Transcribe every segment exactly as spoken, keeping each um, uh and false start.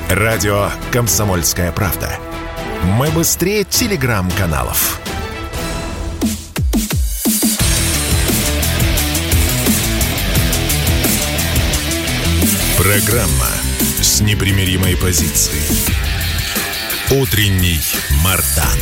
Радио «Комсомольская правда». Мы быстрее телеграм-каналов. Программа с непримиримой позицией. Утренний Мардан.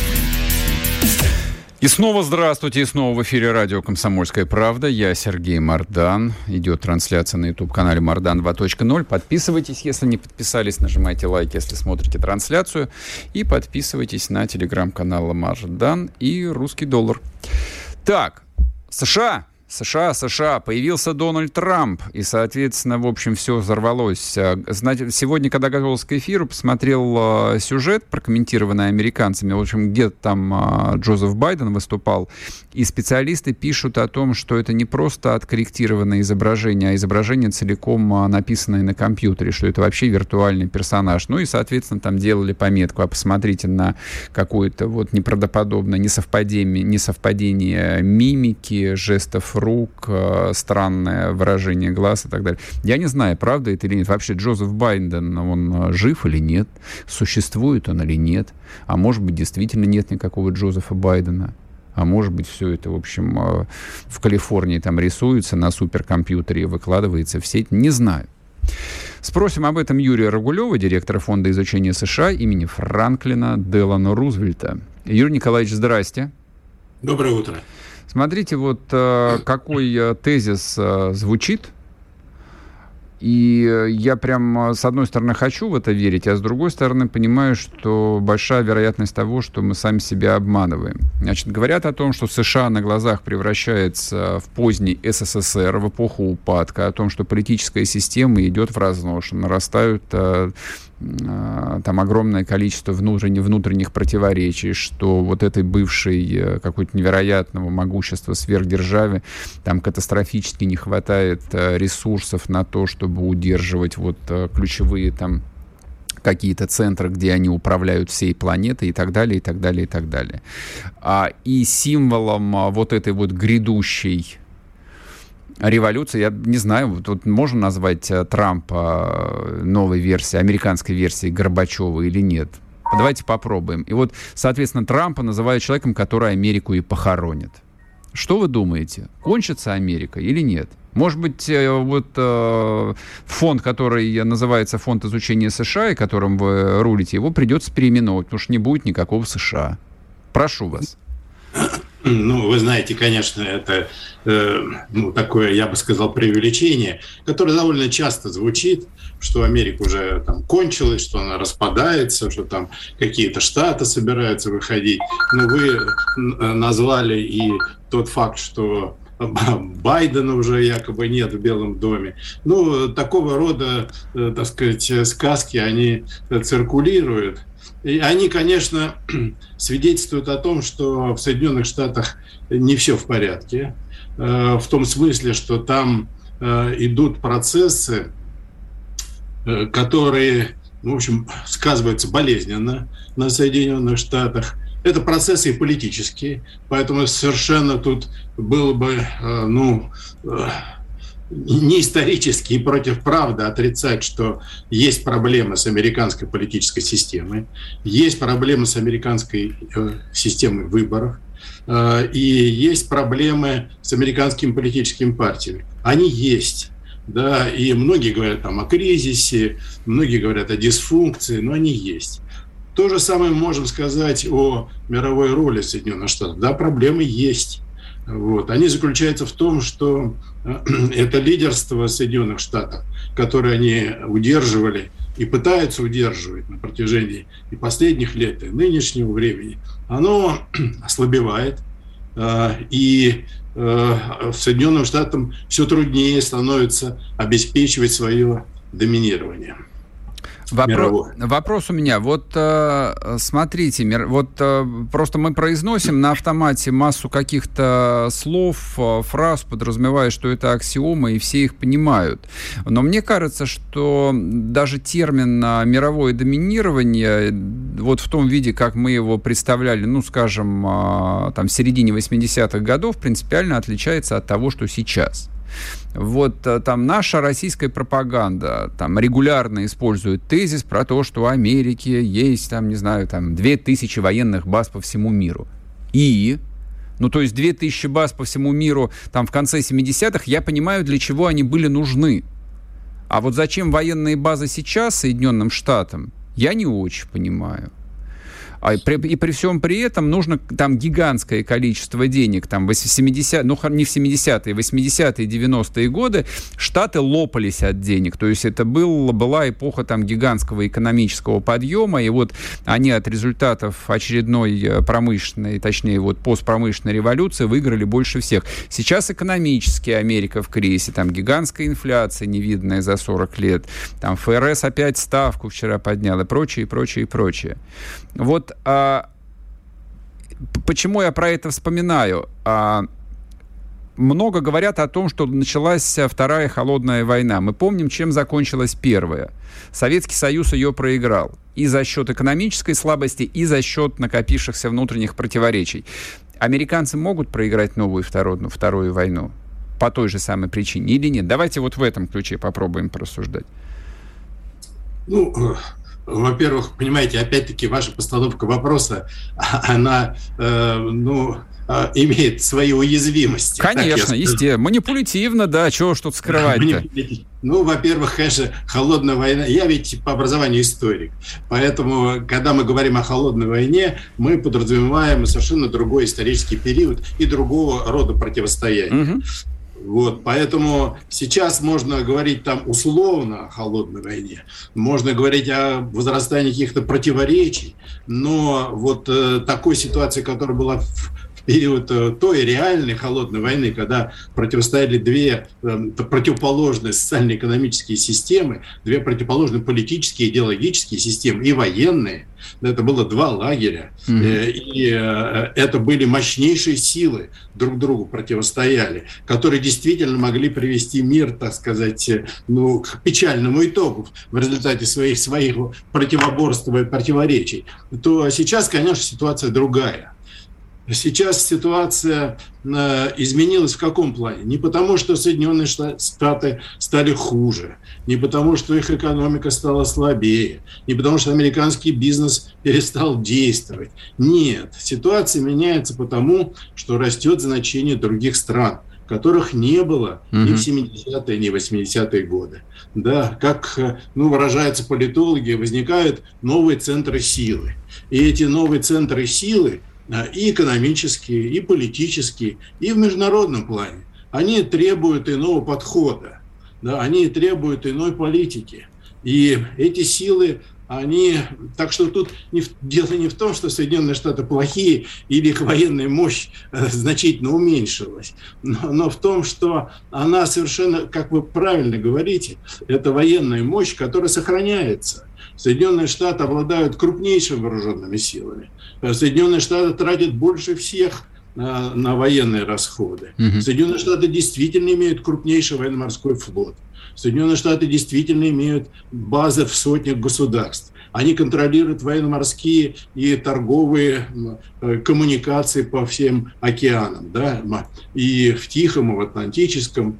И снова здравствуйте, и снова в эфире радио «Комсомольская правда». Я Сергей Мардан. Идет трансляция на YouTube-канале Мардан два точка ноль. Подписывайтесь, если не подписались. Нажимайте лайк, если смотрите трансляцию. И подписывайтесь на телеграм-канал Мардан и «Русский доллар». Так, США... США, США, появился Дональд Трамп, и, соответственно, в общем, все взорвалось. Знаете, сегодня, когда готовился к эфиру, посмотрел сюжет, прокомментированный американцами, в общем, где-то там Джозеф Байден выступал, и специалисты пишут о том, что это не просто откорректированное изображение, а изображение целиком написанное на компьютере, что это вообще виртуальный персонаж. Ну и, соответственно, там делали пометку, а посмотрите на какое-то вот неправдоподобное несовпадение, несовпадение мимики, жестов рук, странное выражение глаз и так далее. Я не знаю, правда это или нет. Вообще Джозеф Байден, он жив или нет? Существует он или нет? А может быть, действительно нет никакого Джозефа Байдена? А может быть, все это, в общем, в Калифорнии там рисуется на суперкомпьютере и выкладывается в сеть? Не знаю. Спросим об этом Юрия Рагулева, директора Фонда изучения США имени Франклина Делано Рузвельта. Юрий Николаевич, здрасте. Доброе утро. Смотрите, вот э, какой э, тезис э, звучит, и э, я прям, с одной стороны, хочу в это верить, а с другой стороны, понимаю, что большая вероятность того, что мы сами себя обманываем. Значит, говорят о том, что США на глазах превращается в поздний СССР, в эпоху упадка, о том, что политическая система идет в разнос, что нарастают... Э, там огромное количество внутренних, внутренних противоречий, что вот этой бывшей какой-то невероятного могущества сверхдержаве там катастрофически не хватает ресурсов на то, чтобы удерживать вот ключевые там какие-то центры, где они управляют всей планетой и так далее, и так далее, и так далее. И символом вот этой вот грядущей революция, я не знаю, тут можно назвать Трампа новой версией, американской версией Горбачева или нет? Давайте попробуем. И вот, соответственно, Трампа называют человеком, который Америку и похоронит. Что вы думаете? Кончится Америка или нет? Может быть, вот фонд, который называется Фонд изучения США, и которым вы рулите, его придется переименовать, потому что не будет никакого США. Прошу вас. Ну, вы знаете, конечно, это э, ну, такое, я бы сказал, преувеличение, которое довольно часто звучит, что Америка уже там кончилась, что она распадается, что там какие-то штаты собираются выходить. Но вы назвали и тот факт, что Байдена уже якобы нет в Белом доме. Ну, такого рода, э, так сказать, сказки, они циркулируют. И они, конечно, свидетельствуют о том, что в Соединенных Штатах не все в порядке, в том смысле, что там идут процессы, которые, в общем, сказываются болезненно на Соединенных Штатах. Это процессы и политические, поэтому совершенно тут было бы, ну, не исторически и против правды отрицать, что есть проблемы с американской политической системой, есть проблемы с американской э, системой выборов, э, и есть проблемы с американскими политическими партиями. Они есть, да, и многие говорят там о кризисе, многие говорят о дисфункции, но они есть. То же самое мы можем сказать о мировой роли Соединенных Штатов. Да, проблемы есть. Вот. Они заключаются в том, что это лидерство Соединенных Штатов, которое они удерживали и пытаются удерживать на протяжении и последних лет, и нынешнего времени, оно ослабевает, и Соединенным Штатам все труднее становится обеспечивать свое доминирование. Вопрос, вопрос у меня. Вот э, смотрите, мир, вот э, просто мы произносим на автомате массу каких-то слов, э, фраз, подразумевая, что это аксиомы, и все их понимают. Но мне кажется, что даже термин «мировое доминирование», вот в том виде, как мы его представляли, ну, скажем, э, там, в середине восьмидесятых годов, принципиально отличается от того, что сейчас. Вот там наша российская пропаганда там регулярно использует тезис про то, что у Америки есть, там, не знаю, там, две тысячи военных баз по всему миру. И, ну, то есть две тысячи баз по всему миру там в конце семидесятых, я понимаю, для чего они были нужны. А вот зачем военные базы сейчас Соединенным Штатам, я не очень понимаю. И при, и при всем при этом нужно там гигантское количество денег. Там в семидесятые, ну не в семидесятые, восьмидесятые, девяностые годы Штаты лопались от денег. То есть это был, была эпоха там гигантского экономического подъема, и вот они от результатов очередной промышленной, точнее вот постпромышленной революции выиграли больше всех. Сейчас экономически Америка в кризисе, там гигантская инфляция, невиданная за сорок лет, там ФРС опять ставку вчера поднял и прочее, и прочее, и прочее. Вот а, почему я про это вспоминаю? А, много говорят о том, что началась Вторая холодная война. Мы помним, чем закончилась Первая. Советский Союз ее проиграл. И за счет экономической слабости, и за счет накопившихся внутренних противоречий. Американцы могут проиграть новую Вторую, вторую войну по той же самой причине или нет? Давайте вот в этом ключе попробуем порассуждать. Ну... Во-первых, понимаете, опять-таки ваша постановка вопроса, она, э, ну, э, имеет свои уязвимости. Конечно, естественно. Манипулятивно, да, чего ж тут скрывать-то? Ну, во-первых, конечно, холодная война. Я ведь по образованию историк. Поэтому, когда мы говорим о холодной войне, мы подразумеваем совершенно другой исторический период и другого рода противостояния. Угу. Вот, поэтому сейчас можно говорить там условно о холодной войне, можно говорить о возрастании каких-то противоречий, но вот э, такой ситуации, которая была в, в период э, той реальной холодной войны, когда противостояли две э, противоположные социально-экономические системы, две противоположные политические, идеологические системы и военные, это было два лагеря, mm-hmm. и э, это были мощнейшие силы, друг другу противостояли, которые действительно могли привести мир, так сказать, ну, к печальному итогу в результате своих, своих противоборств и противоречий, то сейчас, конечно, ситуация другая. Сейчас ситуация э, изменилась в каком плане? Не потому, что Соединенные Штаты стали хуже, не потому, что их экономика стала слабее, не потому, что американский бизнес перестал действовать. Нет, ситуация меняется потому, что растет значение других стран, которых не было mm-hmm. ни в семидесятые, ни в восьмидесятые годы. Да, как, ну, выражаются политологи, возникают новые центры силы. И эти новые центры силы и экономические, и политические, и в международном плане, они требуют иного подхода, да, они требуют иной политики. И эти силы, они... Так что тут не в... дело не в том, что Соединенные Штаты плохие или их военная мощь э, значительно уменьшилась, но, но в том, что она совершенно, как вы правильно говорите, это военная мощь, которая сохраняется. Соединенные Штаты обладают крупнейшими вооруженными силами. Соединенные Штаты тратят больше всех на, на военные расходы. Mm-hmm. Соединенные Штаты действительно имеют крупнейший военно-морской флот. Соединенные Штаты действительно имеют базы в сотнях государств. Они контролируют военно-морские и торговые коммуникации по всем океанам. Да? И в Тихом, и в Атлантическом,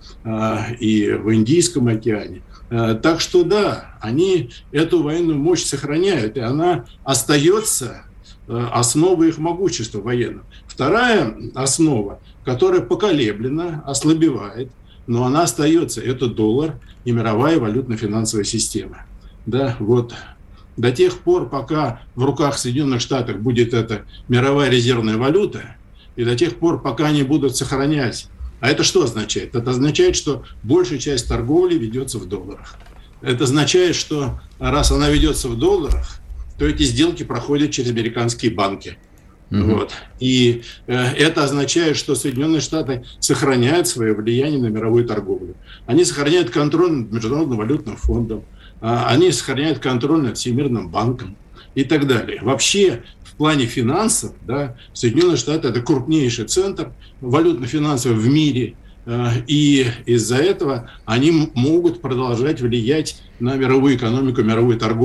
и в Индийском океане. Так что да, они эту военную мощь сохраняют, и она остается основой их могущества военного. Вторая основа, которая поколеблена, ослабевает, но она остается, это доллар и мировая валютно-финансовая система. Да, вот. До тех пор, пока в руках Соединенных Штатов будет эта мировая резервная валюта, и до тех пор, пока они будут сохранять. А это что означает? Это означает, что большая часть торговли ведется в долларах. Это означает, что раз она ведется в долларах, то эти сделки проходят через американские банки. Mm-hmm. Вот. И э, это означает, что Соединенные Штаты сохраняют свое влияние на мировую торговлю. Они сохраняют контроль над Международным валютным фондом, э, они сохраняют контроль над Всемирным банком и так далее. Вообще, в плане финансов, да, Соединенные Штаты – это крупнейший центр валютно-финансовый в мире, э, и из-за этого они могут продолжать влиять на мировую экономику, мировую торговлю.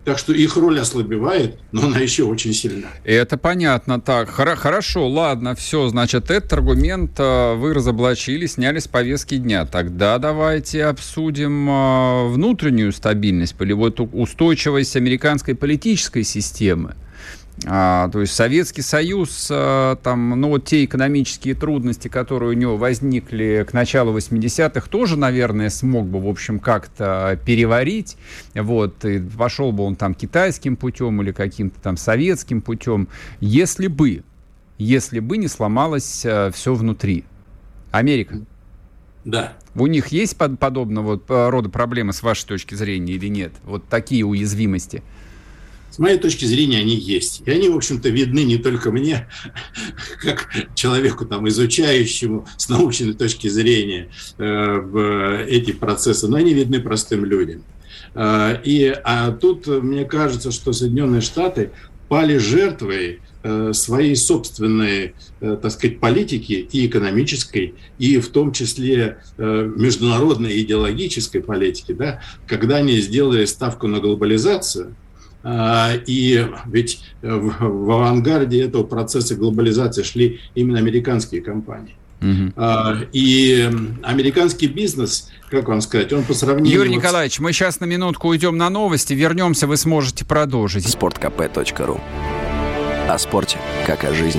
Так что их роль ослабевает, но она еще очень сильна. Это понятно. Так, хор- хорошо, ладно, все. Значит, этот аргумент э, вы разоблачили, сняли с повестки дня. Тогда давайте обсудим э, внутреннюю стабильность или вот устойчивость американской политической системы. А, то есть Советский Союз, а, там, ну, вот те экономические трудности, которые у него возникли к началу восьмидесятых, тоже, наверное, смог бы, в общем, как-то переварить. Вот, и пошел бы он там китайским путем или каким-то там советским путем, если бы, если бы не сломалось а, все внутри. Америка. Да. У них есть под, подобного рода проблемы, с вашей точки зрения, или нет? Вот такие уязвимости. С моей точки зрения, они есть. И они, в общем-то, видны не только мне, как человеку, там, изучающему с научной точки зрения э, эти процессы, но они видны простым людям. Э, и, а тут, мне кажется, что Соединенные Штаты пали жертвой э, своей собственной, э, так сказать, политики и экономической, и в том числе э, международной идеологической политики, да, когда они сделали ставку на глобализацию. И ведь в авангарде этого процесса глобализации шли именно американские компании. Uh-huh. И американский бизнес, как вам сказать, он по сравнению... Юрий Николаевич, мы сейчас на минутку уйдем на новости, вернемся, вы сможете продолжить. спорт кей пи точка ру. О спорте, как о жизни.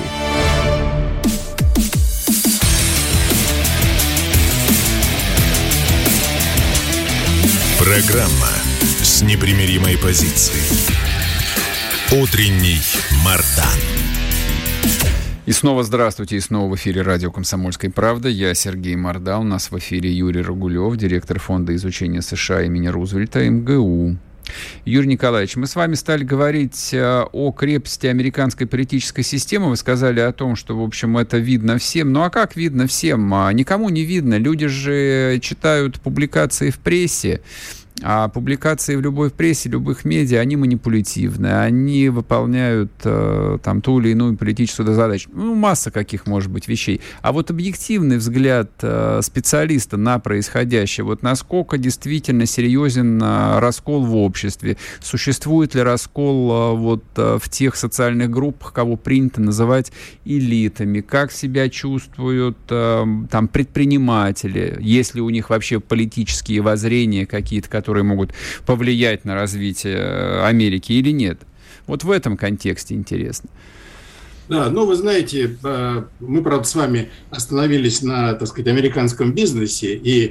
Программа с непримиримой позицией. Утренний Мардан. И снова здравствуйте, и снова в эфире радио «Комсомольская правда». Я Сергей Мардан, у нас в эфире Юрий Рагулев, директор Фонда изучения США имени Рузвельта, эм гэ у. Юрий Николаевич, мы с вами стали говорить о крепости американской политической системы. Вы сказали о том, что, в общем, это видно всем. Ну а как видно всем? Никому не видно. Люди же читают публикации в прессе. А публикации в любой в прессе, любых медиа, они манипулятивны, они выполняют э, там ту или иную политическую задачу. Ну, масса каких может быть вещей. А вот объективный взгляд э, специалиста на происходящее, вот насколько действительно серьезен э, раскол в обществе, существует ли раскол э, вот э, в тех социальных группах, кого принято называть элитами, как себя чувствуют э, там предприниматели, есть ли у них вообще политические воззрения какие-то, которые которые могут повлиять на развитие Америки или нет. Вот в этом контексте интересно. Да, ну, вы знаете, мы, правда, с вами остановились на, так сказать, американском бизнесе и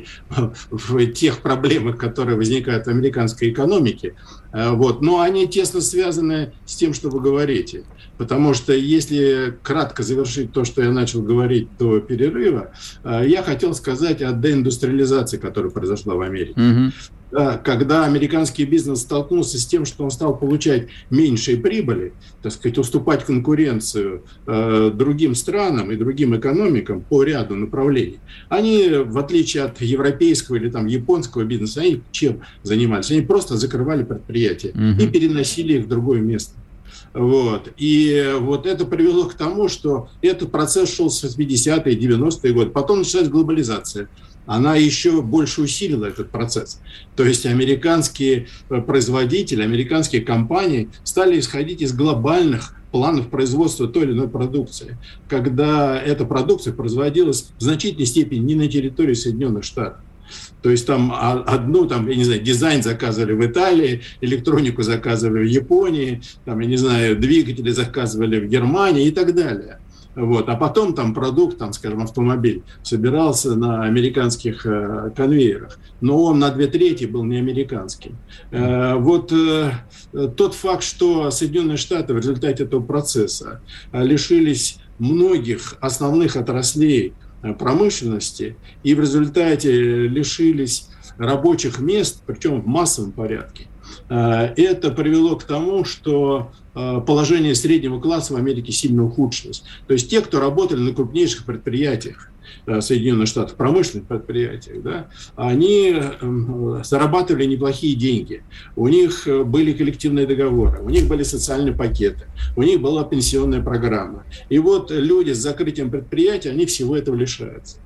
в тех проблемах, которые возникают в американской экономике, вот, но они тесно связаны с тем, что вы говорите. Потому что, если кратко завершить то, что я начал говорить до перерыва, я хотел сказать о деиндустриализации, которая произошла в Америке. Mm-hmm. Да, когда американский бизнес столкнулся с тем, что он стал получать меньшие прибыли, так сказать, уступать конкуренцию э, другим странам и другим экономикам по ряду направлений, они, в отличие от европейского или там японского бизнеса, они чем занимались? Они просто закрывали предприятия mm-hmm. и переносили их в другое место. Вот. И вот это привело к тому, что этот процесс шел с восьмидесятых, девяностых годы. Потом началась глобализация. Она еще больше усилила этот процесс. То есть американские производители, американские компании стали исходить из глобальных планов производства той или иной продукции, когда эта продукция производилась в значительной степени не на территории Соединенных Штатов. То есть там одну, там, я не знаю, дизайн заказывали в Италии, электронику заказывали в Японии, там, я не знаю, двигатели заказывали в Германии и так далее. Вот. А потом там продукт, там, скажем, автомобиль собирался на американских э, конвейерах, но он на две трети был не американским. Э, вот э, тот факт, что Соединенные Штаты в результате этого процесса э, лишились многих основных отраслей э, промышленности и в результате лишились рабочих мест, причем в массовом порядке, э, это привело к тому, что положение среднего класса в Америке сильно ухудшилось. То есть те, кто работали на крупнейших предприятиях Соединенных Штатов, промышленных предприятиях, да, они зарабатывали неплохие деньги. У них были коллективные договоры, у них были социальные пакеты, у них была пенсионная программа. И вот люди с закрытием предприятия, они всего этого лишаются.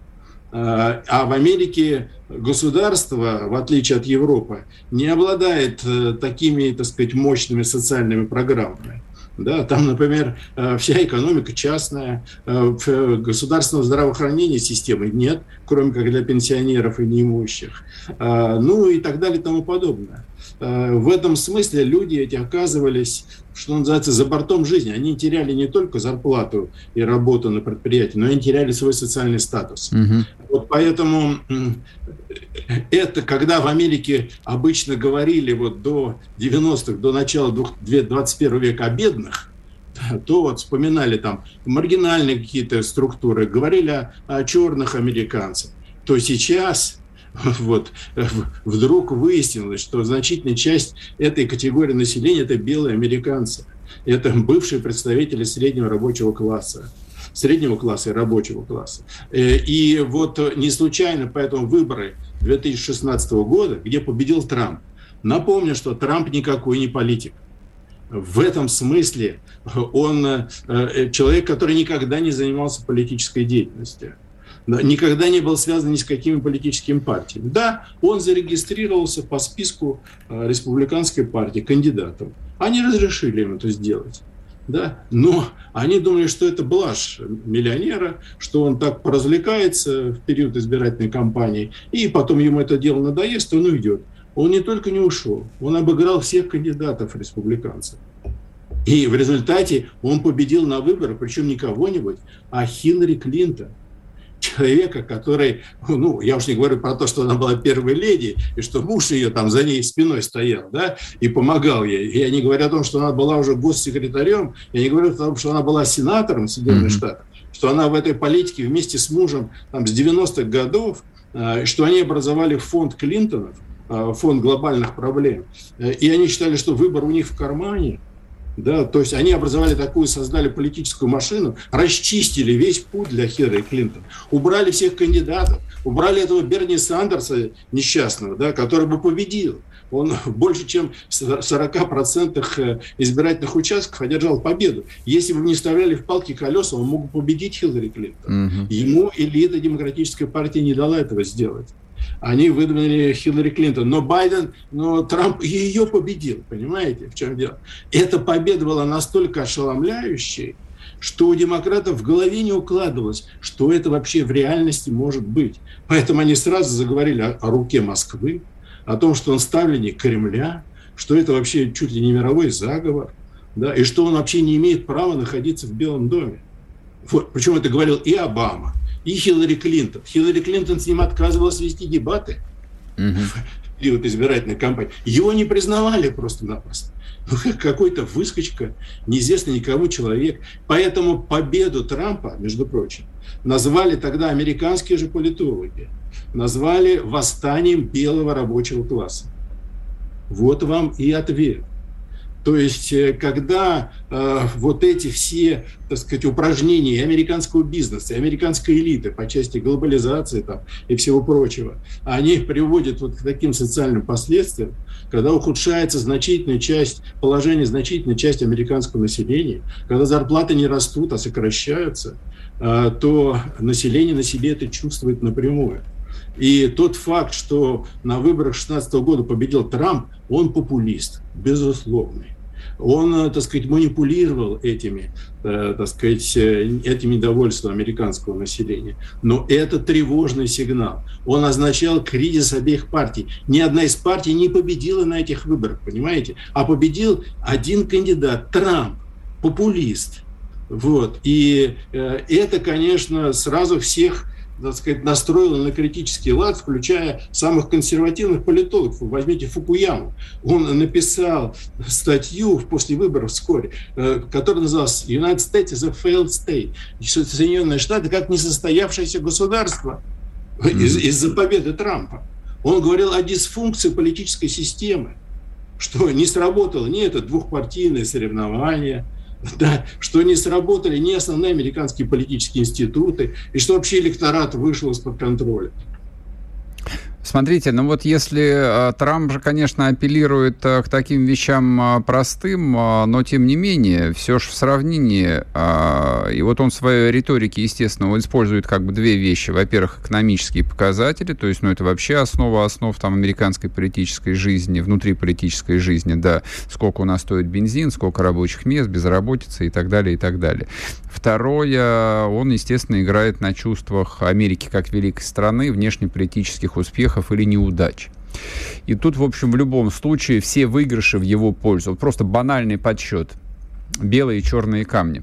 А в Америке государство, в отличие от Европы, не обладает такими, так сказать, мощными социальными программами. Да, там, например, вся экономика частная, государственного здравоохранения системы нет, кроме как для пенсионеров и неимущих, ну и так далее и тому подобное. В этом смысле люди эти оказывались, что называется, за бортом жизни. Они теряли не только зарплату и работу на предприятии, но и теряли свой социальный статус. Угу. Вот поэтому это, когда в Америке обычно говорили вот до девяностых, до начала двадцать первого века о бедных, то вот вспоминали там маргинальные какие-то структуры, говорили о, о черных американцах, то сейчас... Вот, вдруг выяснилось, что значительная часть этой категории населения – это белые американцы. Это бывшие представители среднего рабочего класса, среднего класса и рабочего класса. И вот не случайно поэтому выборы две тысячи шестнадцатого года, где победил Трамп. Напомню, что Трамп никакой не политик. В этом смысле он человек, который никогда не занимался политической деятельностью. Никогда не был связан ни с какими политическими партиями. Да, он зарегистрировался по списку республиканской партии кандидатом. Они разрешили им это сделать. Да? Но они думали, что это блажь миллионера, что он так поразвлекается в период избирательной кампании, и потом ему это дело надоест, и он уйдет. Он не только не ушел, он обыграл всех кандидатов республиканцев. И в результате он победил на выборах, причем не кого-нибудь, а Хиллари Клинтон. Человека, который, ну, я уж не говорю про то, что она была первой леди, и что муж ее там за ней спиной стоял, да, и помогал ей. Я не говорю о том, что она была уже госсекретарем, я не говорю о том, что она была сенатором Соединенных mm-hmm. Штатов, что она в этой политике вместе с мужем там, с девяностых годов, что они образовали фонд Клинтонов, фонд глобальных проблем, и они считали, что выбор у них в кармане. Да, то есть они образовали такую, создали политическую машину, расчистили весь путь для Хиллари Клинтон, убрали всех кандидатов, убрали этого Берни Сандерса несчастного, да, который бы победил. Он больше, чем в сорока процентах избирательных участков одержал победу. Если бы не вставляли в палки колеса, он мог бы победить Хиллари Клинтон. Угу. Ему элита Демократической партии не дала этого сделать. Они выдвинули Хиллари Клинтон. Но Байден, но Трамп ее победил. Понимаете, в чем дело? Эта победа была настолько ошеломляющей, что у демократов в голове не укладывалось, что это вообще в реальности может быть. Поэтому они сразу заговорили о, о руке Москвы, о том, что он ставленник Кремля, что это вообще чуть ли не мировой заговор, да, и что он вообще не имеет права находиться в Белом доме. Вот, причем это говорил и Обама, и Хиллари Клинтон. Хиллари Клинтон с ним отказывалась вести дебаты mm-hmm. в период избирательной кампании. Его не признавали просто-напросто. Ну, какой-то выскочка, неизвестный никому человек. Поэтому победу Трампа, между прочим, назвали тогда американские же политологи, назвали восстанием белого рабочего класса. Вот вам и ответ. То есть, когда э, вот эти все, так сказать, упражнения и американского бизнеса, и американской элиты по части глобализации там, и всего прочего, они приводят вот к таким социальным последствиям, когда ухудшается значительная часть, положение значительной части американского населения, когда зарплаты не растут, а сокращаются, э, то население на себе это чувствует напрямую. И тот факт, что на выборах две тысячи шестнадцатого года победил Трамп, он популист, безусловный. Он, так сказать, манипулировал этими, так сказать, этим недовольством американского населения. Но это тревожный сигнал. Он означал кризис обеих партий. Ни одна из партий не победила на этих выборах, понимаете? А победил один кандидат, Трамп, популист. Вот. И это, конечно, сразу всех, так сказать, настроила на критический лад, включая самых консервативных политологов. Возьмите Фукуяму. Он написал статью после выборов вскоре, которая называлась «United States is a failed state». Соединенные Штаты как несостоявшееся государство из- из-за победы Трампа. Он говорил о дисфункции политической системы, что не сработало ни это двухпартийное соревнование, да, что не сработали ни основные американские политические институты, и что вообще электорат вышел из-под контроля. Смотрите, ну вот если Трамп же, конечно, апеллирует к таким вещам простым, но тем не менее, все же в сравнении, и вот он в своей риторике, естественно, он использует как бы две вещи. Во-первых, экономические показатели, то есть, ну, это вообще основа основ там американской политической жизни, внутриполитической жизни, да, сколько у нас стоит бензин, сколько рабочих мест, безработица и так далее, и так далее. Второе, он, естественно, играет на чувствах Америки как великой страны, внешнеполитических успехов или неудач. И тут, в общем, в любом случае все выигрыши в его пользу. Вот просто банальный подсчет. Белые и черные камни.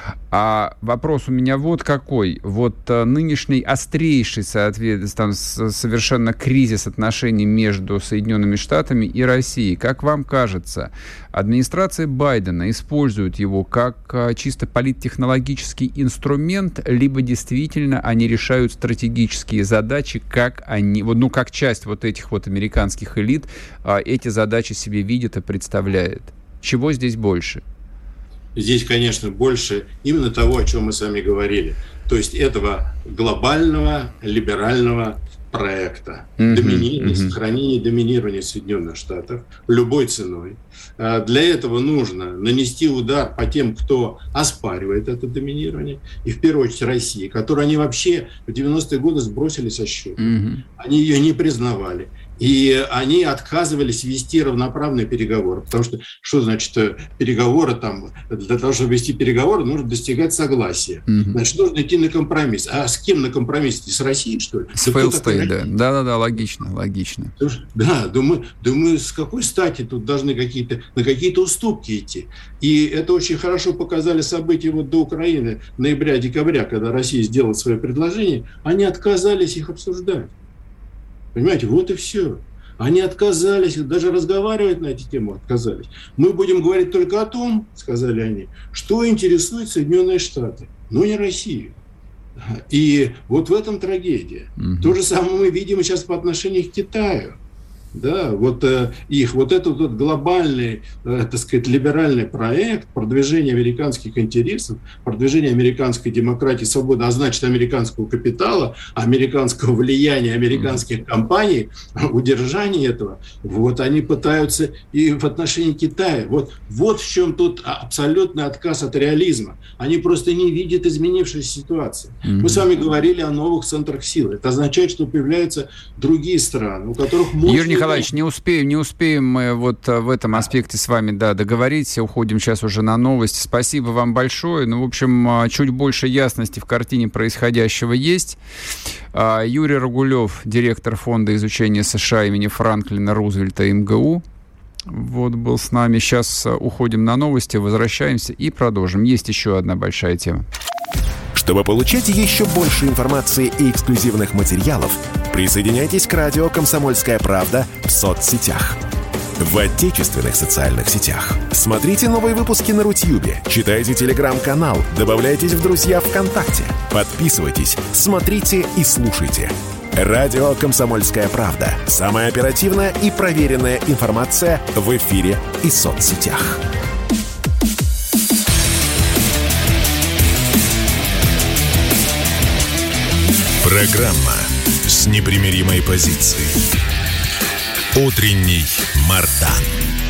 А вопрос у меня вот какой. Вот а, нынешний острейший, соответственно, совершенно кризис отношений между Соединенными Штатами и Россией. Как вам кажется, администрация Байдена использует его как а, чисто политтехнологический инструмент, либо действительно они решают стратегические задачи, как они, ну, как часть вот этих вот американских элит а, эти задачи себе видит и представляет? Чего здесь больше? Здесь, конечно, больше именно того, о чем мы с вами говорили. То есть этого глобального либерального проекта. Mm-hmm. Доминирование, mm-hmm. сохранение доминирования Соединенных Штатов любой ценой. Для этого нужно нанести удар по тем, кто оспаривает это доминирование. И в первую очередь России, которую они вообще в девяностые годы сбросили со счета. Mm-hmm. Они ее не признавали. И они отказывались вести равноправные переговоры. Потому что, что значит переговоры там? Для того, чтобы вести переговоры, нужно достигать согласия. Mm-hmm. Значит, нужно идти на компромисс. А с кем на компромисс? С Россией, что ли? С Фейлстейт, да. Да-да-да, логично, логично. Да, думаю, думаю, с какой стати тут должны какие-то, на какие-то уступки идти. И это очень хорошо показали события вот до Украины, ноября-декабря, когда Россия сделала свое предложение, они отказались их обсуждать. Понимаете, вот и все. Они отказались, даже разговаривать на эти темы отказались. Мы будем говорить только о том, сказали они, что интересует Соединенные Штаты, но не Россию. И вот в этом трагедия. Угу. То же самое мы видим сейчас по отношению к Китаю. Да, вот э, их, вот этот вот глобальный, э, так сказать, либеральный проект продвижения американских интересов, продвижения американской демократии, свободы, а значит, американского капитала, американского влияния, американских компаний, удержания этого, вот они пытаются и в отношении Китая. Вот, вот в чем тут абсолютный отказ от реализма. Они просто не видят изменившейся ситуации. Mm-hmm. Мы с вами говорили о новых центрах силы. Это означает, что появляются другие страны, у которых можно... Николаевич, не успеем, не успеем мы вот в этом аспекте с вами, да, договориться. Уходим сейчас уже на новости. Спасибо вам большое. Ну, в общем, чуть больше ясности в картине происходящего есть. Юрий Рогулев, директор Фонда изучения США имени Франклина Рузвельта эм гэ у. Вот был с нами. Сейчас уходим на новости, возвращаемся и продолжим. Есть еще одна большая тема. Чтобы получать еще больше информации и эксклюзивных материалов, присоединяйтесь к радио «Комсомольская правда» в соцсетях. В отечественных социальных сетях. Смотрите новые выпуски на Рутьюбе, читайте телеграм-канал, добавляйтесь в друзья ВКонтакте, подписывайтесь, смотрите и слушайте. Радио «Комсомольская правда». Самая оперативная и проверенная информация в эфире и соцсетях. Программа с непримиримой позицией. Утренний Мардан.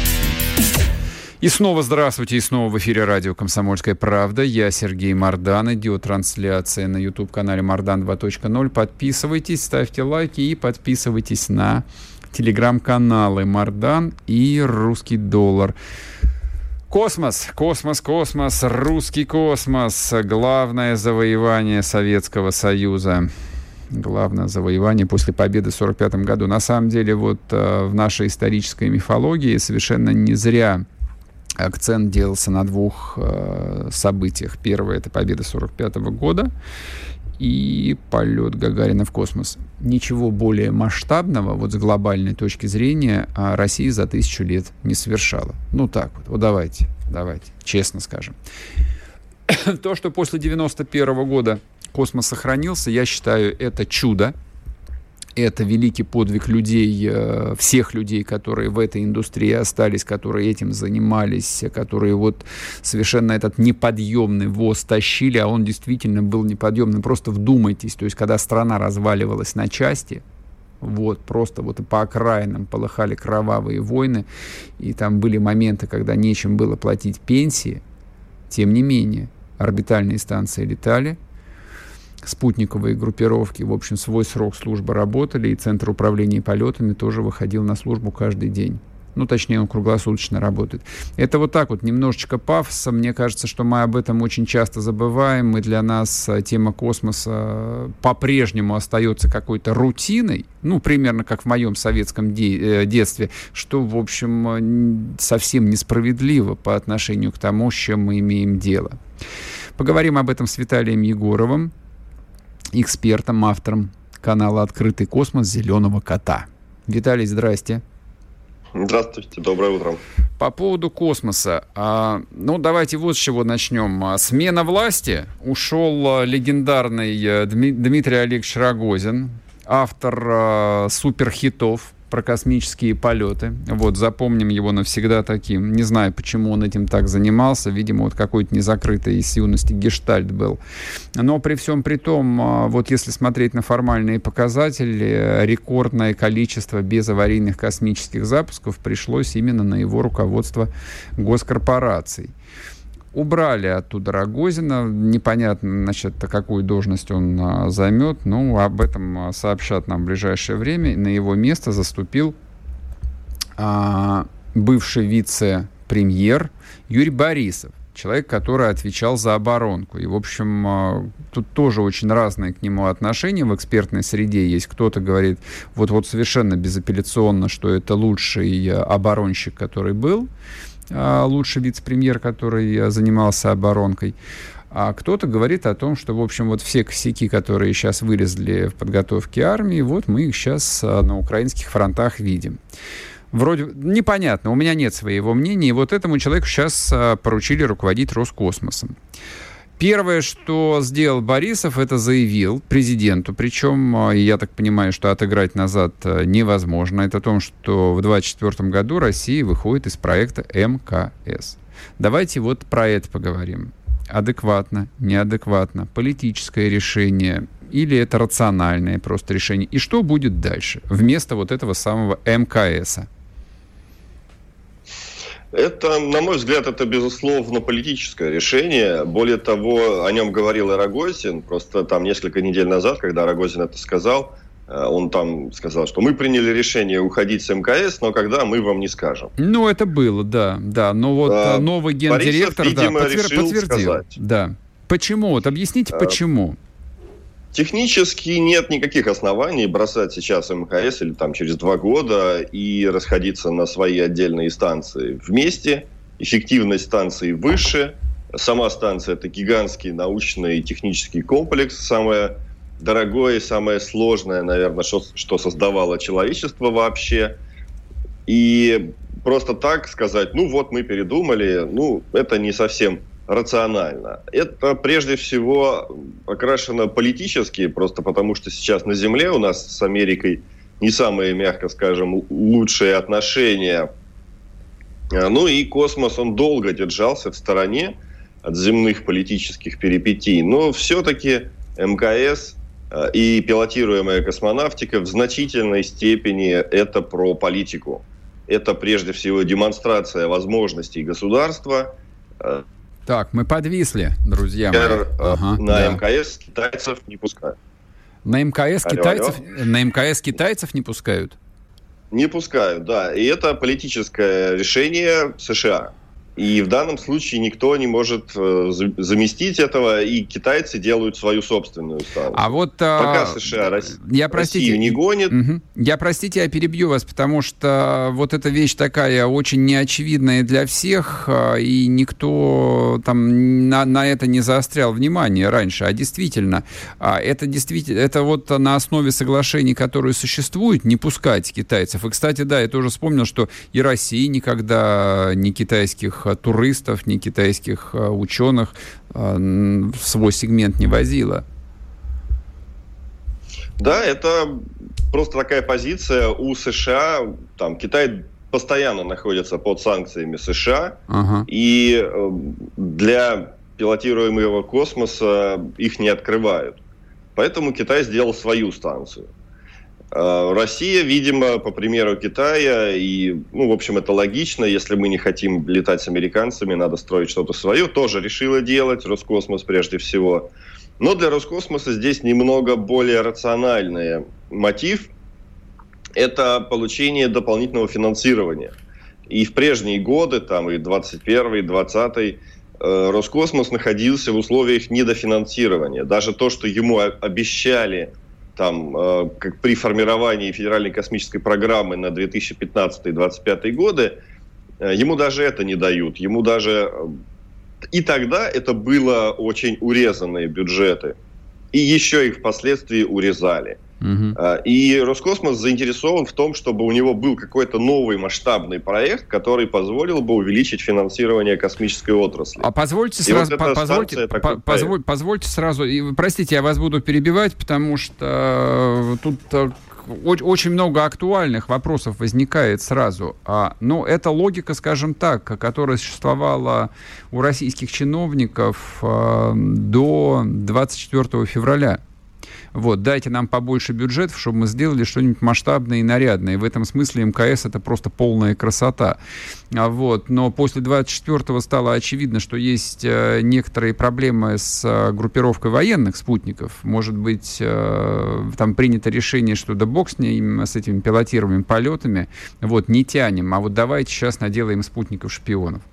И снова здравствуйте, и снова в эфире радио «Комсомольская правда». Я Сергей Мардан. Идет трансляция на YouTube-канале Мардан два точка ноль. Подписывайтесь, ставьте лайки и подписывайтесь на телеграм-каналы Мардан и Русский доллар. Космос, космос, космос, русский космос. Главное завоевание Советского Союза. Главное завоевание после победы в сорок пятом году. На самом деле, вот э, в нашей исторической мифологии совершенно не зря акцент делался на двух э, событиях. Первое — это победа сорок пятого года и полет Гагарина в космос. Ничего более масштабного, вот с глобальной точки зрения, Россия за тысячу лет не совершала. Ну так вот, вот давайте, давайте, честно скажем. То, что после девяносто первого года космос сохранился, я считаю, это чудо. Это великий подвиг людей, всех людей, которые в этой индустрии остались, которые этим занимались, которые вот совершенно этот неподъемный воз тащили, а он действительно был неподъемным. Просто вдумайтесь, то есть когда страна разваливалась на части, Вот, просто вот и по окраинам полыхали кровавые войны, и там были моменты, когда нечем было платить пенсии. Тем не менее, орбитальные станции летали, спутниковые группировки, в общем, свой срок службы работали, и Центр управления полетами тоже выходил на службу каждый день. Ну, точнее, он круглосуточно работает. Это вот так вот, немножечко пафоса. Мне кажется, что мы об этом очень часто забываем, и для нас тема космоса по-прежнему остается какой-то рутиной, ну, примерно как в моем советском де- детстве, что, в общем, совсем несправедливо по отношению к тому, с чем мы имеем дело. Поговорим об этом с Виталием Егоровым, экспертом, автором канала «Открытый космос. Зеленого кота». Виталий, здрасте. Здравствуйте, доброе утро. По поводу космоса. А, ну, давайте вот с чего начнем. Смена власти. Ушел легендарный Дмитрий Олегович Рогозин, автор а, суперхитов про космические полеты. Вот, запомним его навсегда таким. Не знаю, почему он этим так занимался. Видимо, вот какой-то незакрытый из юности гештальт был. Но при всем при том, вот если смотреть на формальные показатели, рекордное количество безаварийных космических запусков пришлось именно на его руководство госкорпораций. Убрали оттуда Рогозина. Непонятно, значит, какую должность он а, займет. Ну, об этом сообщат нам в ближайшее время. На его место заступил а, бывший вице-премьер Юрий Борисов. Человек, который отвечал за оборонку. И, в общем, а, тут тоже очень разные к нему отношения в экспертной среде. Есть кто-то говорит, вот, вот совершенно безапелляционно, что это лучший оборонщик, который был. Лучший вице-премьер, который занимался оборонкой. А кто-то говорит о том, что, в общем, вот все косяки, которые сейчас вылезли в подготовке армии, вот мы их сейчас на украинских фронтах видим. Вроде непонятно, у меня нет своего мнения, и вот этому человеку сейчас поручили руководить Роскосмосом. Первое, что сделал Борисов, это заявил президенту, причем, я так понимаю, что отыграть назад невозможно, это о том, что в двадцать четвёртом году Россия выходит из проекта эм ка эс. Давайте вот про это поговорим. Адекватно, неадекватно, политическое решение или это рациональное просто решение? И что будет дальше вместо вот этого самого эм ка эса? Это, на мой взгляд, это, безусловно, политическое решение. Более того, о нем говорил и Рогозин. Просто там несколько недель назад, когда Рогозин это сказал, он там сказал, что мы приняли решение уходить с эм ка эс, но когда мы вам не скажем. Ну, это было, да. да. Но вот а, новый гендиректор Борисов, видимо, да, подтвер- решил подтвердил. Сказать. Да. Почему? Вот объясните, а, почему. Технически нет никаких оснований бросать сейчас эм ка эс или там через два года и расходиться на свои отдельные станции вместе. Эффективность станции выше. Сама станция – это гигантский научный и технический комплекс. Самое дорогое и самое сложное, наверное, что, что создавало человечество вообще. И просто так сказать, ну вот мы передумали, ну это не совсем рационально. Это прежде всего окрашено политически, просто потому что сейчас на Земле у нас с Америкой не самые, мягко скажем, лучшие отношения. Ну и космос, он долго держался в стороне от земных политических перипетий. Но все-таки эм ка эс и пилотируемая космонавтика в значительной степени это про политику. Это прежде всего демонстрация возможностей государства. Так, мы подвисли, друзья мои. Ага, на да. эм ка эс китайцев не пускают. На эм ка эс, алло, китайцев, алло. На эм ка эс китайцев не пускают? Не пускают, да. И это политическое решение США. И в данном случае никто не может э, заместить этого, и китайцы делают свою собственную станцию. А вот пока а, США Россию, я, простите, Россию не гонит. Угу. Я, простите, я перебью вас, потому что вот эта вещь такая очень неочевидная для всех, и никто там на, на это не заострял внимание раньше. А действительно, это действительно, это вот на основе соглашений, которые существуют, не пускать китайцев. И, кстати, да, я тоже вспомнил, что и Россия никогда не китайских туристов, ни китайских а, ученых а, в свой сегмент не возила. Да, это просто такая позиция у США. Там Китай постоянно находится под санкциями США, ага. и э, для пилотируемого космоса их не открывают. Поэтому Китай сделал свою станцию. Россия, видимо, по примеру Китая, и, ну, в общем, это логично, если мы не хотим летать с американцами, надо строить что-то свое, тоже решила делать, Роскосмос прежде всего. Но для Роскосмоса здесь немного более рациональный мотив – это получение дополнительного финансирования. И в прежние годы, там и двадцать первый, и двадцатый, Роскосмос находился в условиях недофинансирования. Даже то, что ему обещали там, как при формировании федеральной космической программы на две тысячи пятнадцатый - двадцать пятый годы, ему даже это не дают. Ему даже... И тогда это было очень урезанные бюджеты. И еще их впоследствии урезали. Угу. И Роскосмос заинтересован в том, чтобы у него был какой-то новый масштабный проект, который позволил бы увеличить финансирование космической отрасли. А позвольте сразу, вот позвольте, по, позволь, позвольте сразу, и, простите, я вас буду перебивать, потому что тут очень много актуальных вопросов возникает сразу. Но это логика, скажем так, которая существовала у российских чиновников до двадцать четвёртого февраля. Вот, дайте нам побольше бюджетов, чтобы мы сделали что-нибудь масштабное и нарядное. И в этом смысле МКС — это просто полная красота. Вот. Но после двадцать четвёртого стало очевидно, что есть некоторые проблемы с группировкой военных спутников. Может быть, там принято решение, что да бог с ним, с этими пилотируемыми полетами, вот, не тянем, а вот давайте сейчас наделаем спутников-шпионов.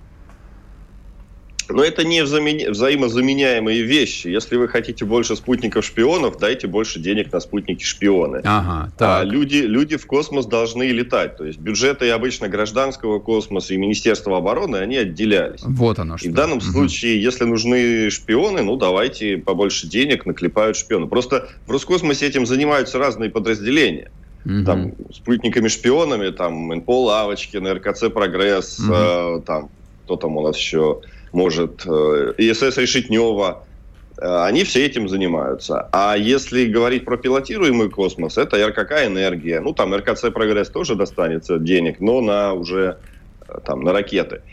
Но это не взамен... взаимозаменяемые вещи. Если вы хотите больше спутников-шпионов, дайте больше денег на спутники-шпионы. Ага, а люди, люди в космос должны летать. То есть бюджеты обычно гражданского космоса и Министерства обороны, они отделялись. Вот оно что. И в данном угу. случае, если нужны шпионы, ну давайте побольше денег, наклепают шпионы. Просто в Роскосмосе этим занимаются разные подразделения. Угу. Там спутниками-шпионами, там эн пэ о Лавочкин, эр ка цэ «Прогресс», угу. э, там, кто там у нас еще... может, и эс эс Решетнева, они все этим занимаются. А если говорить про пилотируемый космос, это эр ка ка «Энергия». Ну, там эр ка цэ «Прогресс» тоже достанется денег, но на уже там, на ракеты.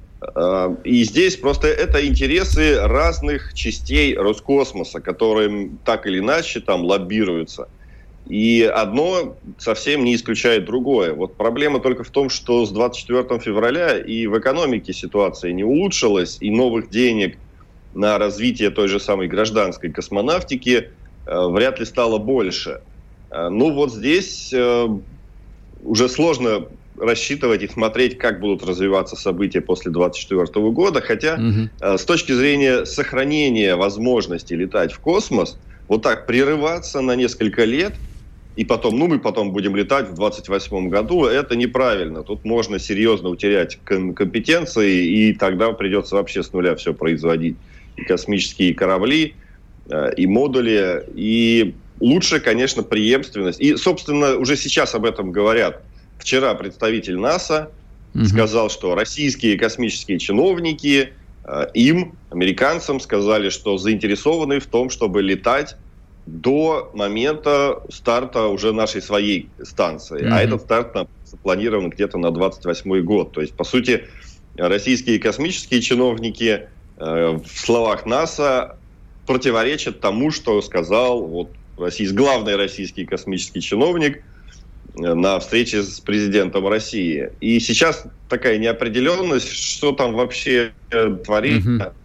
И здесь просто это интересы разных частей Роскосмоса, которые так или иначе там лоббируются. И одно совсем не исключает другое. Вот проблема только в том, что с двадцать четвёртого февраля и в экономике ситуация не улучшилась, и новых денег на развитие той же самой гражданской космонавтики э, вряд ли стало больше. Э, ну вот здесь э, уже сложно рассчитывать и смотреть, как будут развиваться события после двадцать четвёртого года, хотя угу. э, с точки зрения сохранения возможности летать в космос, вот так прерываться на несколько лет, и потом, ну, мы потом будем летать в двадцать восьмом году, это неправильно. Тут можно серьезно утерять компетенции, и тогда придется вообще с нуля все производить. И космические корабли, и модули, и лучше, конечно, преемственность. И, собственно, уже сейчас об этом говорят. Вчера представитель НАСА угу. сказал, что российские космические чиновники, им, американцам, сказали, что заинтересованы в том, чтобы летать до момента старта уже нашей своей станции. Mm-hmm. А этот старт запланирован где-то на двадцать восьмой год. То есть, по сути, российские космические чиновники э, в словах НАСА противоречат тому, что сказал вот, российский, главный российский космический чиновник э, на встрече с президентом России. И сейчас такая неопределенность, что там вообще э, творится. Mm-hmm.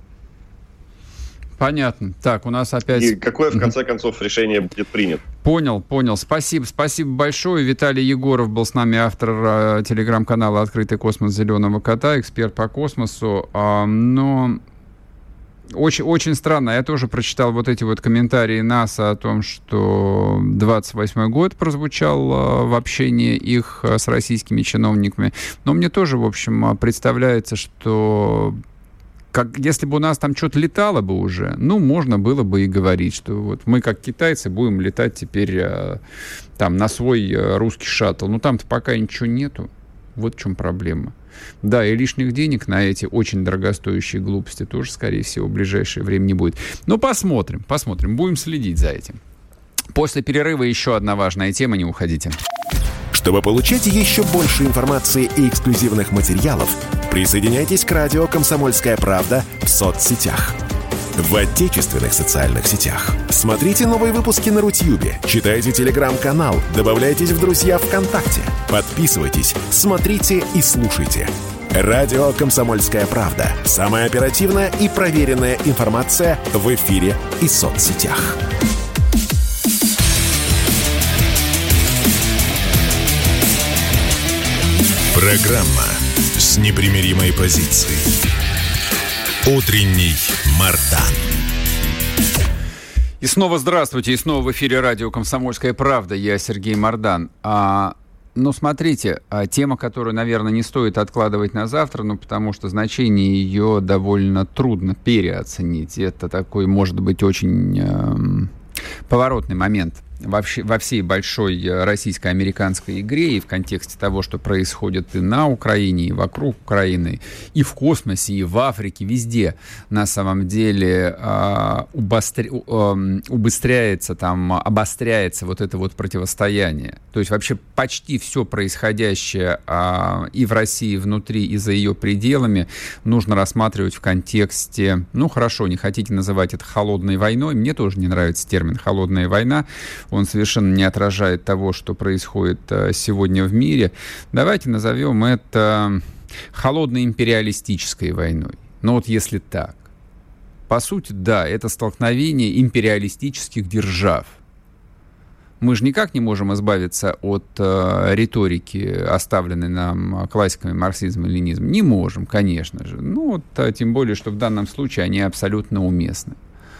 Понятно. Так, у нас опять... И какое, в конце концов, решение будет принято? Понял, понял. Спасибо, спасибо большое. Виталий Егоров был с нами, автор э, телеграм-канала «Открытый космос Зеленого кота», эксперт по космосу. Э, но очень, очень странно. Я тоже прочитал вот эти вот комментарии НАСА о том, что двадцать восьмой год прозвучал э, в общении их э, с российскими чиновниками. Но мне тоже, в общем, представляется, что... Как, если бы у нас там что-то летало бы уже, ну, можно было бы и говорить, что вот мы, как китайцы, будем летать теперь э, там на свой э, русский шаттл. Но там-то пока ничего нету. Вот в чем проблема. Да, и лишних денег на эти очень дорогостоящие глупости тоже, скорее всего, в ближайшее время не будет. Но посмотрим, посмотрим. Будем следить за этим. После перерыва еще одна важная тема. Не уходите. Чтобы получать еще больше информации и эксклюзивных материалов, присоединяйтесь к радио «Комсомольская правда» в соцсетях. в отечественных социальных сетях. Смотрите новые выпуски на Рутьюбе, читайте телеграм-канал, добавляйтесь в друзья ВКонтакте, подписывайтесь, смотрите и слушайте. Радио «Комсомольская правда». Самая оперативная и проверенная информация в эфире и соцсетях. Программа с непримиримой позицией. Утренний Мардан. И снова здравствуйте, и снова в эфире радио «Комсомольская правда». Я Сергей Мардан. А, ну, смотрите, а, тема, которую, наверное, не стоит откладывать на завтра, ну, потому что значение ее довольно трудно переоценить. Это такой, может быть, очень э, поворотный момент во, вш- во всей большой российско-американской игре и в контексте того, что происходит и на Украине, и вокруг Украины, и в космосе, и в Африке, везде на самом деле э, убостр... э, убыстряется, там, обостряется вот это вот противостояние. То есть вообще почти все происходящее э, и в России внутри, и за ее пределами нужно рассматривать в контексте, ну хорошо, не хотите называть это холодной войной, мне тоже не нравится термин «холодная война», он совершенно не отражает того, что происходит сегодня в мире. Давайте назовем это холодной империалистической войной. Но вот если так. По сути, да, это столкновение империалистических держав. Мы же никак не можем избавиться от э, риторики, оставленной нам классиками марксизма и ленинизма. Не можем, конечно же. Ну, вот, а тем более, что в данном случае они абсолютно уместны.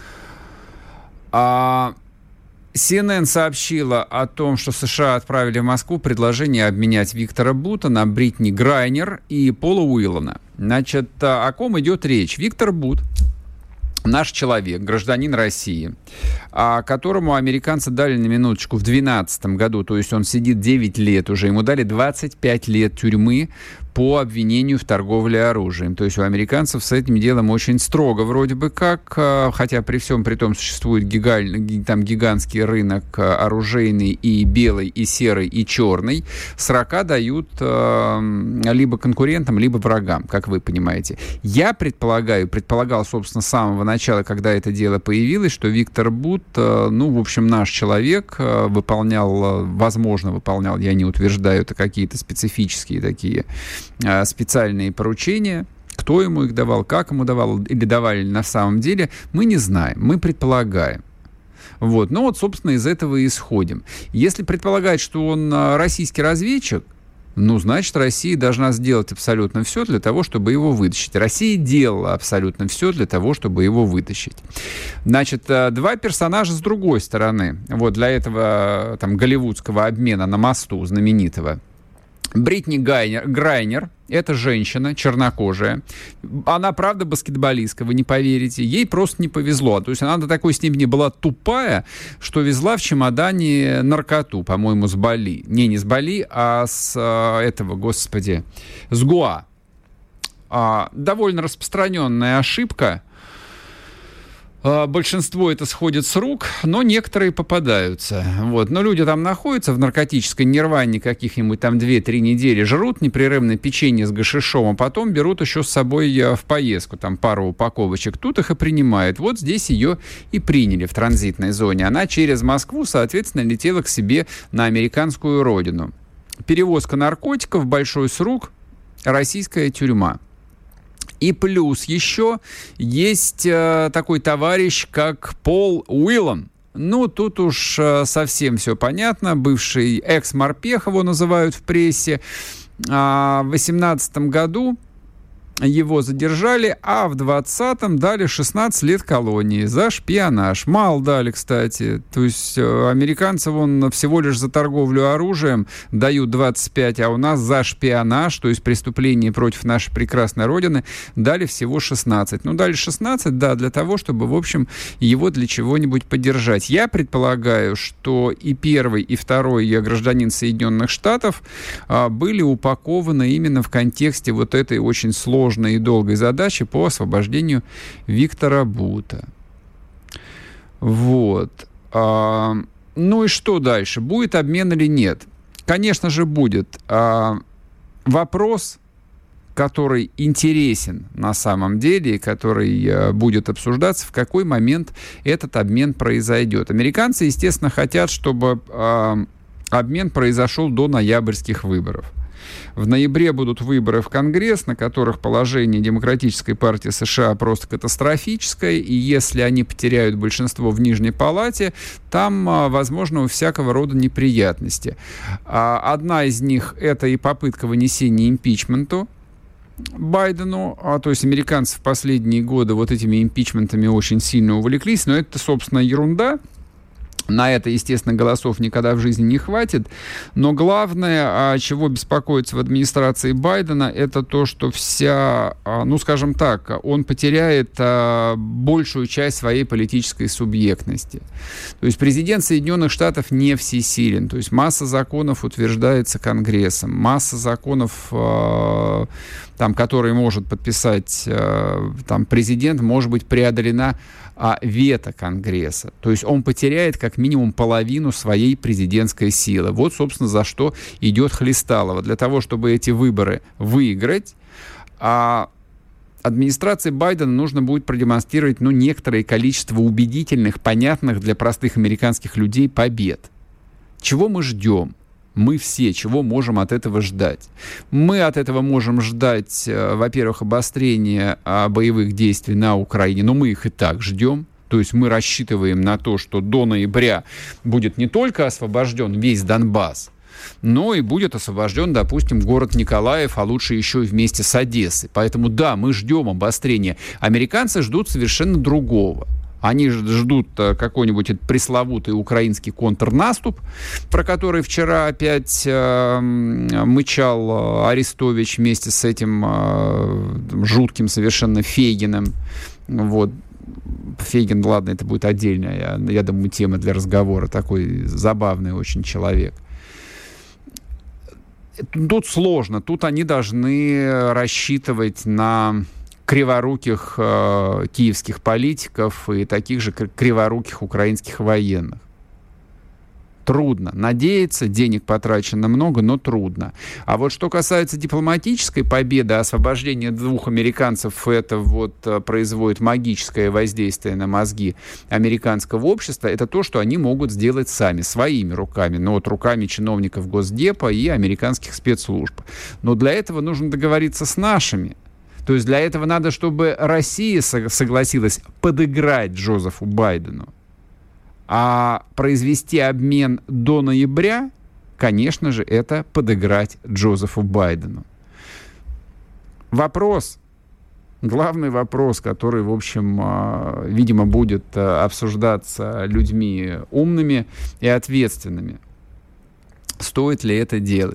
А... си эн эн сообщила о том, что США отправили в Москву предложение обменять Виктора Бута на Бритни Грайнер и Пола Уиллана. Значит, о ком идет речь? Виктор Бут, наш человек, гражданин России, которому американцы дали на минуточку в две тысячи двенадцатом году, то есть он сидит девять лет уже, ему дали двадцать пять лет тюрьмы по обвинению в торговле оружием. То есть у американцев с этим делом очень строго вроде бы как, хотя при всем при том существует гигаль, там гигантский рынок оружейный и белый, и серый, и черный. Срока дают э, либо конкурентам, либо врагам, как вы понимаете. Я предполагаю, предполагал, собственно, с самого начала, когда это дело появилось, что Виктор Бут, э, ну, в общем, наш человек, э, выполнял, возможно, выполнял, я не утверждаю, это какие-то специфические такие специальные поручения. Кто ему их давал, как ему давал, или давали на самом деле, мы не знаем, мы предполагаем. Вот. Ну вот, собственно, из этого и исходим. Если предполагать, что он российский разведчик, ну, значит, Россия должна сделать абсолютно все для того, чтобы его вытащить. Россия делала абсолютно все для того, чтобы его вытащить. Значит, два персонажа с другой стороны. Вот для этого там голливудского обмена на мосту знаменитого. Бритни Гайнер, Грайнер, это женщина чернокожая. Она, правда, баскетболистка, вы не поверите. Ей просто не повезло. То есть она до такой степени была тупая, что везла в чемодане наркоту, по-моему, с Бали. Не, не с Бали, а с а, этого, господи, с Гоа. А, довольно распространенная ошибка. Большинство это сходит с рук, но некоторые попадаются. Вот. Но люди там находятся в наркотической нирване каких-нибудь там две-три недели, жрут непрерывно печенье с гашишом, а потом берут еще с собой в поездку там пару упаковочек. Тут их и принимают. Вот здесь ее и приняли в транзитной зоне. Она через Москву, соответственно, летела к себе на американскую родину. Перевозка наркотиков, большой срок, российская тюрьма. И плюс еще есть э, такой товарищ, как Пол Уиллан. Ну, тут уж э, совсем все понятно. Бывший экс-морпех его называют в прессе. А в восемнадцатом году его задержали, а в двадцатом дали шестнадцать лет колонии за шпионаж. Мало дали, кстати. То есть э, американцам вон всего лишь за торговлю оружием дают двадцать пять, а у нас за шпионаж, то есть преступление против нашей прекрасной Родины, дали всего шестнадцать. Ну, дали шестнадцать, да, для того, чтобы, в общем, его для чего-нибудь поддержать. Я предполагаю, что и первый, и второй гражданин Соединенных Штатов э, были упакованы именно в контексте вот этой очень сложной и долгой задачи по освобождению Виктора Бута. Вот. А, ну и что дальше? Будет обмен или нет? Конечно же, будет. А, вопрос, который интересен на самом деле, и который э, будет обсуждаться, в какой момент этот обмен произойдет. Американцы, естественно, хотят, чтобы э, обмен произошел до ноябрьских выборов. В ноябре будут выборы в Конгресс, на которых положение Демократической партии США просто катастрофическое, и если они потеряют большинство в Нижней Палате, там, возможно, всякого рода неприятности. Одна из них — это и попытка вынесения импичменту Байдену, а, то есть американцы в последние годы вот этими импичментами очень сильно увлеклись, но это, собственно, ерунда. На это, естественно, голосов никогда в жизни не хватит. Но главное, чего беспокоится в администрации Байдена, это то, что вся, ну, скажем так, он потеряет большую часть своей политической субъектности. То есть президент Соединенных Штатов не всесилен. То есть масса законов утверждается Конгрессом, масса законов, там, которые может подписать там, президент, может быть преодолена а вето Конгресса. То есть он потеряет как минимум половину своей президентской силы. Вот, собственно, за что идет Хлесталово. Для того, чтобы эти выборы выиграть, а администрации Байдена нужно будет продемонстрировать, ну, некоторое количество убедительных, понятных для простых американских людей побед. Чего мы ждем? Мы все, чего можем от этого ждать? Мы от этого можем ждать, во-первых, обострения боевых действий на Украине, но мы их и так ждем. То есть мы рассчитываем на то, что до ноября будет не только освобожден весь Донбасс, но и будет освобожден, допустим, город Николаев, а лучше еще и вместе с Одессой. Поэтому да, мы ждем обострения. Американцы ждут совершенно другого. Они ждут какой-нибудь пресловутый украинский контрнаступ, про который вчера опять э, мычал Арестович вместе с этим э, жутким совершенно Фейгиным. Вот. Фейгин, ладно, это будет отдельная, я, я думаю, тема для разговора. Такой забавный очень человек. Тут сложно. Тут они должны рассчитывать на криворуких э, киевских политиков и таких же криворуких украинских военных. Трудно. Надеяться, денег потрачено много, но трудно. А вот что касается дипломатической победы, освобождения двух американцев, это вот производит магическое воздействие на мозги американского общества, это то, что они могут сделать сами, своими руками, но вот руками чиновников Госдепа и американских спецслужб. Но для этого нужно договориться с нашими. То есть для этого надо, чтобы Россия согласилась подыграть Джозефу Байдену. А произвести обмен до ноября, конечно же, это подыграть Джозефу Байдену. Вопрос, главный вопрос, который, в общем, видимо, будет обсуждаться людьми умными и ответственными. Стоит ли это делать?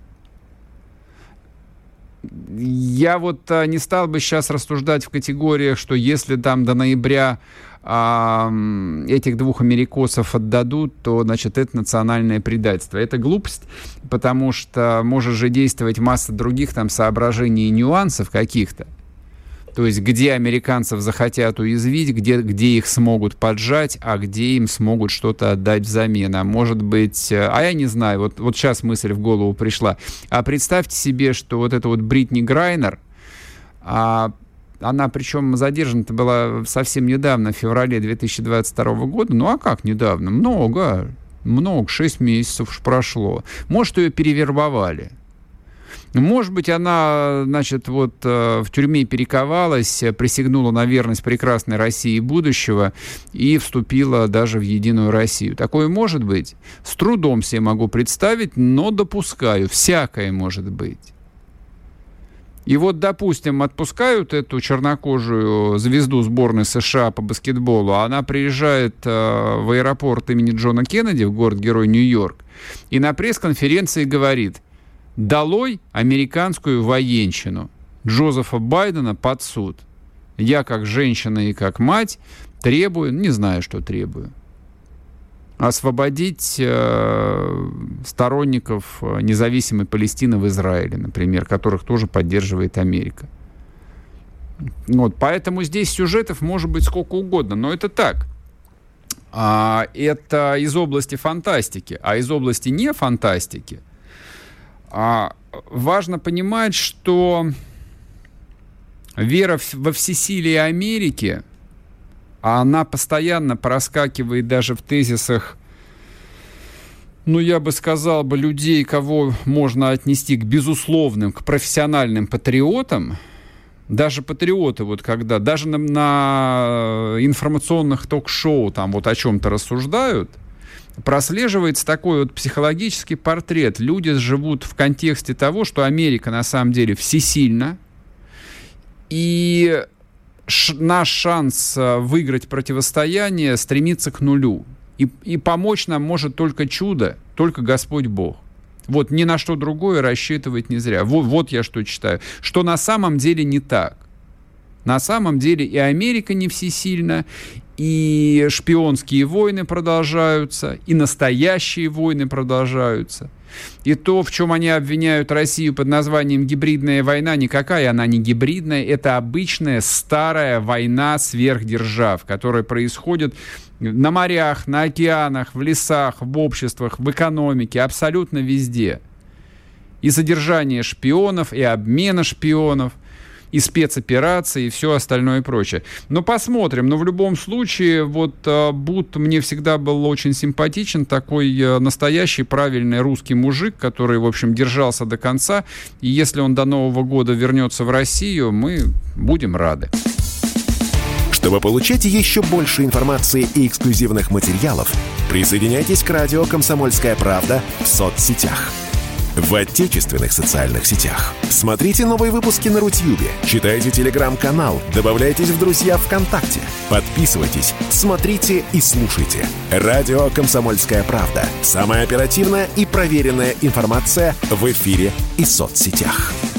Я вот а, не стал бы сейчас рассуждать в категориях, что если там до ноября а, этих двух америкосов отдадут, то, значит, это национальное предательство. Это глупость, потому что может же действовать масса других там соображений и нюансов каких-то. То есть где американцев захотят уязвить, где, где их смогут поджать, а где им смогут что-то отдать взамен. А может быть... А я не знаю, вот, вот сейчас мысль в голову пришла. А представьте себе, что вот эта вот Бритни Грайнер, а, она причем задержана-то была совсем недавно, в феврале две тысячи двадцать второго года. Ну а как недавно? Много, много, шесть месяцев уж прошло. Может, ее перевербовали. Может быть, она, значит, вот в тюрьме перековалась, присягнула на верность прекрасной России будущего и вступила даже в Единую Россию. Такое может быть? С трудом себе могу представить, но допускаю. Всякое может быть. И вот, допустим, отпускают эту чернокожую звезду сборной США по баскетболу, а она приезжает в аэропорт имени Джона Кеннеди, в город-герой Нью-Йорк, и на пресс-конференции говорит: «Долой американскую военщину. Джозефа Байдена под суд. Я, как женщина и как мать, требую, не знаю, что требую, освободить э, сторонников независимой Палестины в Израиле, например, которых тоже поддерживает Америка». Вот, поэтому здесь сюжетов может быть сколько угодно, но это так. А, это из области фантастики, а из области не фантастики. А важно понимать, что вера во всесилие Америки, а она постоянно проскакивает даже в тезисах, ну, я бы сказал бы, людей, кого можно отнести к безусловным, к профессиональным патриотам. Даже патриоты, вот когда, даже на, на информационных ток-шоу там вот о чем-то рассуждают, прослеживается такой вот психологический портрет. Люди живут в контексте того, что Америка на самом деле всесильна, и ш- наш шанс выиграть противостояние стремится к нулю. И, и помочь нам может только чудо, только Господь Бог. Вот ни на что другое рассчитывать не зря. Вот, вот я что читаю. Что на самом деле не так. На самом деле и Америка не всесильна, и шпионские войны продолжаются, и настоящие войны продолжаются. И то, в чем они обвиняют Россию под названием гибридная война, никакая она не гибридная, это обычная старая война сверхдержав, которая происходит на морях, на океанах, в лесах, в обществах, в экономике, абсолютно везде. И содержание шпионов, и обмена шпионов, и спецоперации, и все остальное и прочее. Но посмотрим. Но в любом случае, вот Бут мне всегда был очень симпатичен, такой настоящий правильный русский мужик, который, в общем, держался до конца. И если он до Нового года вернется в Россию, мы будем рады. Чтобы получать еще больше информации и эксклюзивных материалов, присоединяйтесь к радио «Комсомольская правда» в соцсетях. В отечественных социальных сетях. Смотрите новые выпуски на Рутьюбе, читайте телеграм-канал, добавляйтесь в друзья ВКонтакте, подписывайтесь, смотрите и слушайте. Радио «Комсомольская правда». Самая оперативная и проверенная информация в эфире и соцсетях.